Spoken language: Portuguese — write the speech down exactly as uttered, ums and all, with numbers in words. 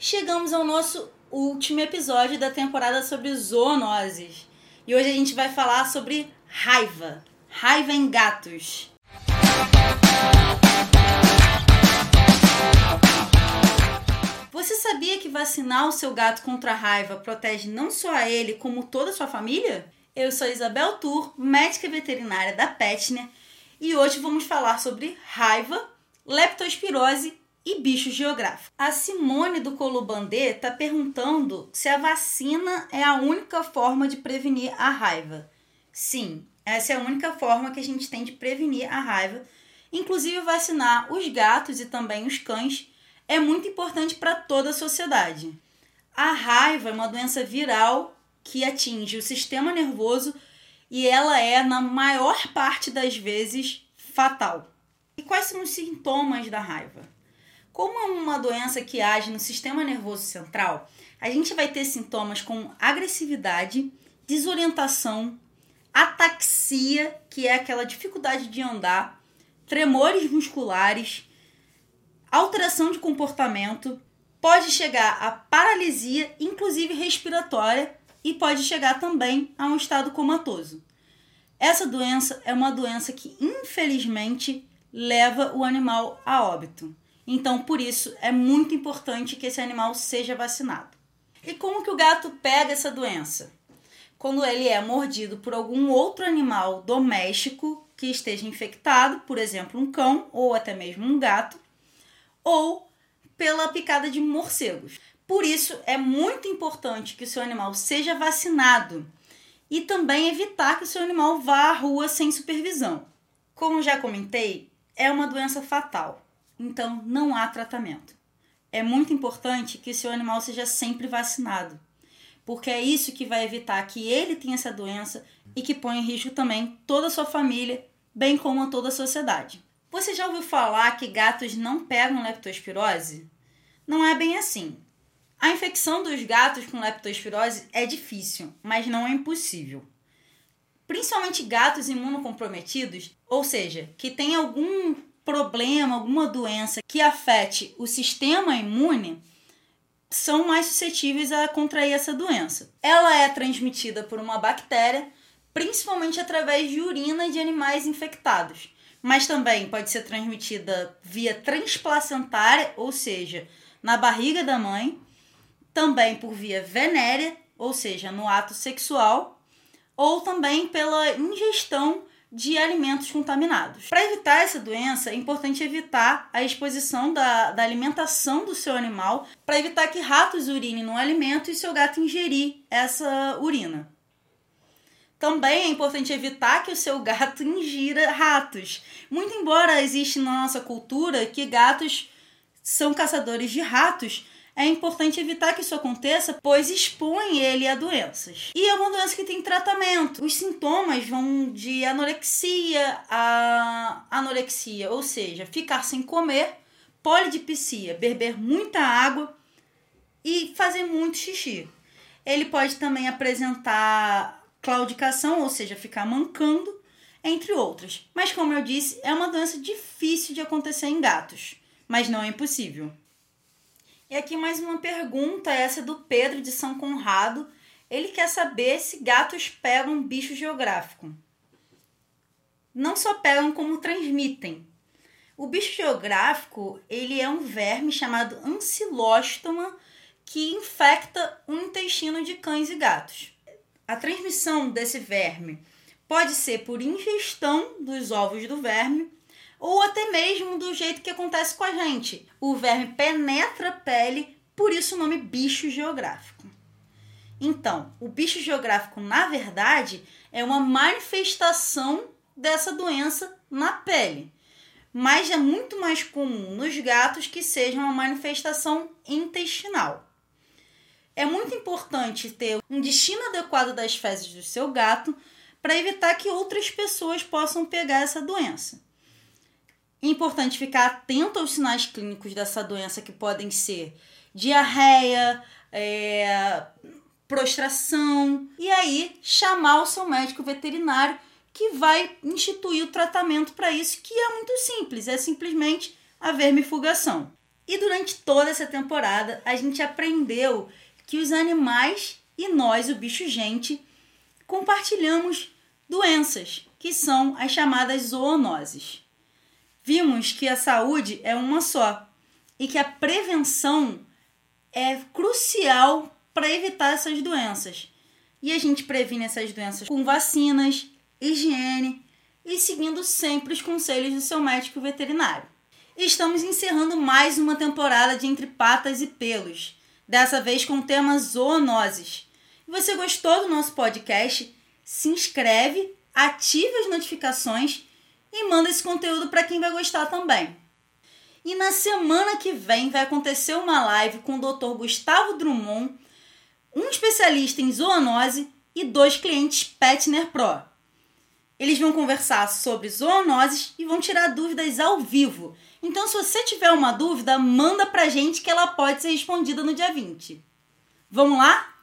chegamos ao nosso último episódio da temporada sobre zoonoses. E hoje a gente vai falar sobre raiva. Raiva em gatos. Você sabia que vacinar o seu gato contra a raiva protege não só a ele, como toda a sua família? Eu sou Isabel Tur, médica veterinária da Petner, e hoje vamos falar sobre raiva, leptospirose e bicho geográfico. A Simone do Colubandê está perguntando se a vacina é a única forma de prevenir a raiva. Sim, essa é a única forma que a gente tem de prevenir a raiva. Inclusive, vacinar os gatos e também os cães é muito importante para toda a sociedade. A raiva é uma doença viral que atinge o sistema nervoso e ela é, na maior parte das vezes, fatal. E quais são os sintomas da raiva? Como é uma doença que age no sistema nervoso central, a gente vai ter sintomas como agressividade, desorientação, ataxia, que é aquela dificuldade de andar, tremores musculares, alteração de comportamento, pode chegar a paralisia, inclusive respiratória, e pode chegar também a um estado comatoso. Essa doença é uma doença que, infelizmente, leva o animal a óbito. Então, por isso, é muito importante que esse animal seja vacinado. E como que o gato pega essa doença? Quando ele é mordido por algum outro animal doméstico que esteja infectado, por exemplo, um cão ou até mesmo um gato, ou pela picada de morcegos. Por isso, é muito importante que o seu animal seja vacinado e também evitar que o seu animal vá à rua sem supervisão. Como já comentei, é uma doença fatal. Então, não há tratamento. É muito importante que o seu animal seja sempre vacinado, porque é isso que vai evitar que ele tenha essa doença e que põe em risco também toda a sua família, bem como a toda a sociedade. Você já ouviu falar que gatos não pegam leptospirose? Não é bem assim. A infecção dos gatos com leptospirose é difícil, mas não é impossível. Principalmente gatos imunocomprometidos, ou seja, que têm algum problema, alguma doença que afete o sistema imune, são mais suscetíveis a contrair essa doença. Ela é transmitida por uma bactéria, principalmente através de urina de animais infectados, mas também pode ser transmitida via transplacentária, ou seja, na barriga da mãe, também por via venérea, ou seja, no ato sexual, ou também pela ingestão de alimentos contaminados. Para evitar essa doença, é importante evitar a exposição da, da alimentação do seu animal, para evitar que ratos urinem no alimento e seu gato ingerir essa urina. Também é importante evitar que o seu gato ingira ratos. Muito embora exista na nossa cultura que gatos são caçadores de ratos, é importante evitar que isso aconteça, pois expõe ele a doenças. E é uma doença que tem tratamento. Os sintomas vão de anorexia a anorexia, ou seja, ficar sem comer, polidipsia, beber muita água e fazer muito xixi. Ele pode também apresentar claudicação, ou seja, ficar mancando, entre outras. Mas, como eu disse, é uma doença difícil de acontecer em gatos, mas não é impossível. E aqui mais uma pergunta, essa é do Pedro de São Conrado. Ele quer saber se gatos pegam bicho geográfico. Não só pegam, como transmitem. O bicho geográfico, ele é um verme chamado ancilóstoma que infecta o intestino de cães e gatos. A transmissão desse verme pode ser por ingestão dos ovos do verme, ou até mesmo do jeito que acontece com a gente. O verme penetra a pele, por isso o nome bicho geográfico. Então, o bicho geográfico, na verdade, é uma manifestação dessa doença na pele. Mas é muito mais comum nos gatos que seja uma manifestação intestinal. É muito importante ter um destino adequado das fezes do seu gato para evitar que outras pessoas possam pegar essa doença. É importante ficar atento aos sinais clínicos dessa doença, que podem ser diarreia, é, prostração, e aí chamar o seu médico veterinário, que vai instituir o tratamento para isso, que é muito simples, é simplesmente a vermifugação. E durante toda essa temporada, a gente aprendeu que os animais e nós, o bicho gente, compartilhamos doenças, que são as chamadas zoonoses. Vimos que a saúde é uma só e que a prevenção é crucial para evitar essas doenças. E a gente previne essas doenças com vacinas, higiene e seguindo sempre os conselhos do seu médico veterinário. Estamos encerrando mais uma temporada de Entre Patas e Pelos, dessa vez com o tema zoonoses. Se você gostou do nosso podcast, se inscreve, ativa as notificações e manda esse conteúdo para quem vai gostar também. E na semana que vem vai acontecer uma live com o doutor Gustavo Drummond, um especialista em zoonose e dois clientes Petner Pro. Eles vão conversar sobre zoonoses e vão tirar dúvidas ao vivo. Então, se você tiver uma dúvida, manda pra gente que ela pode ser respondida no dia vinte. Vamos lá?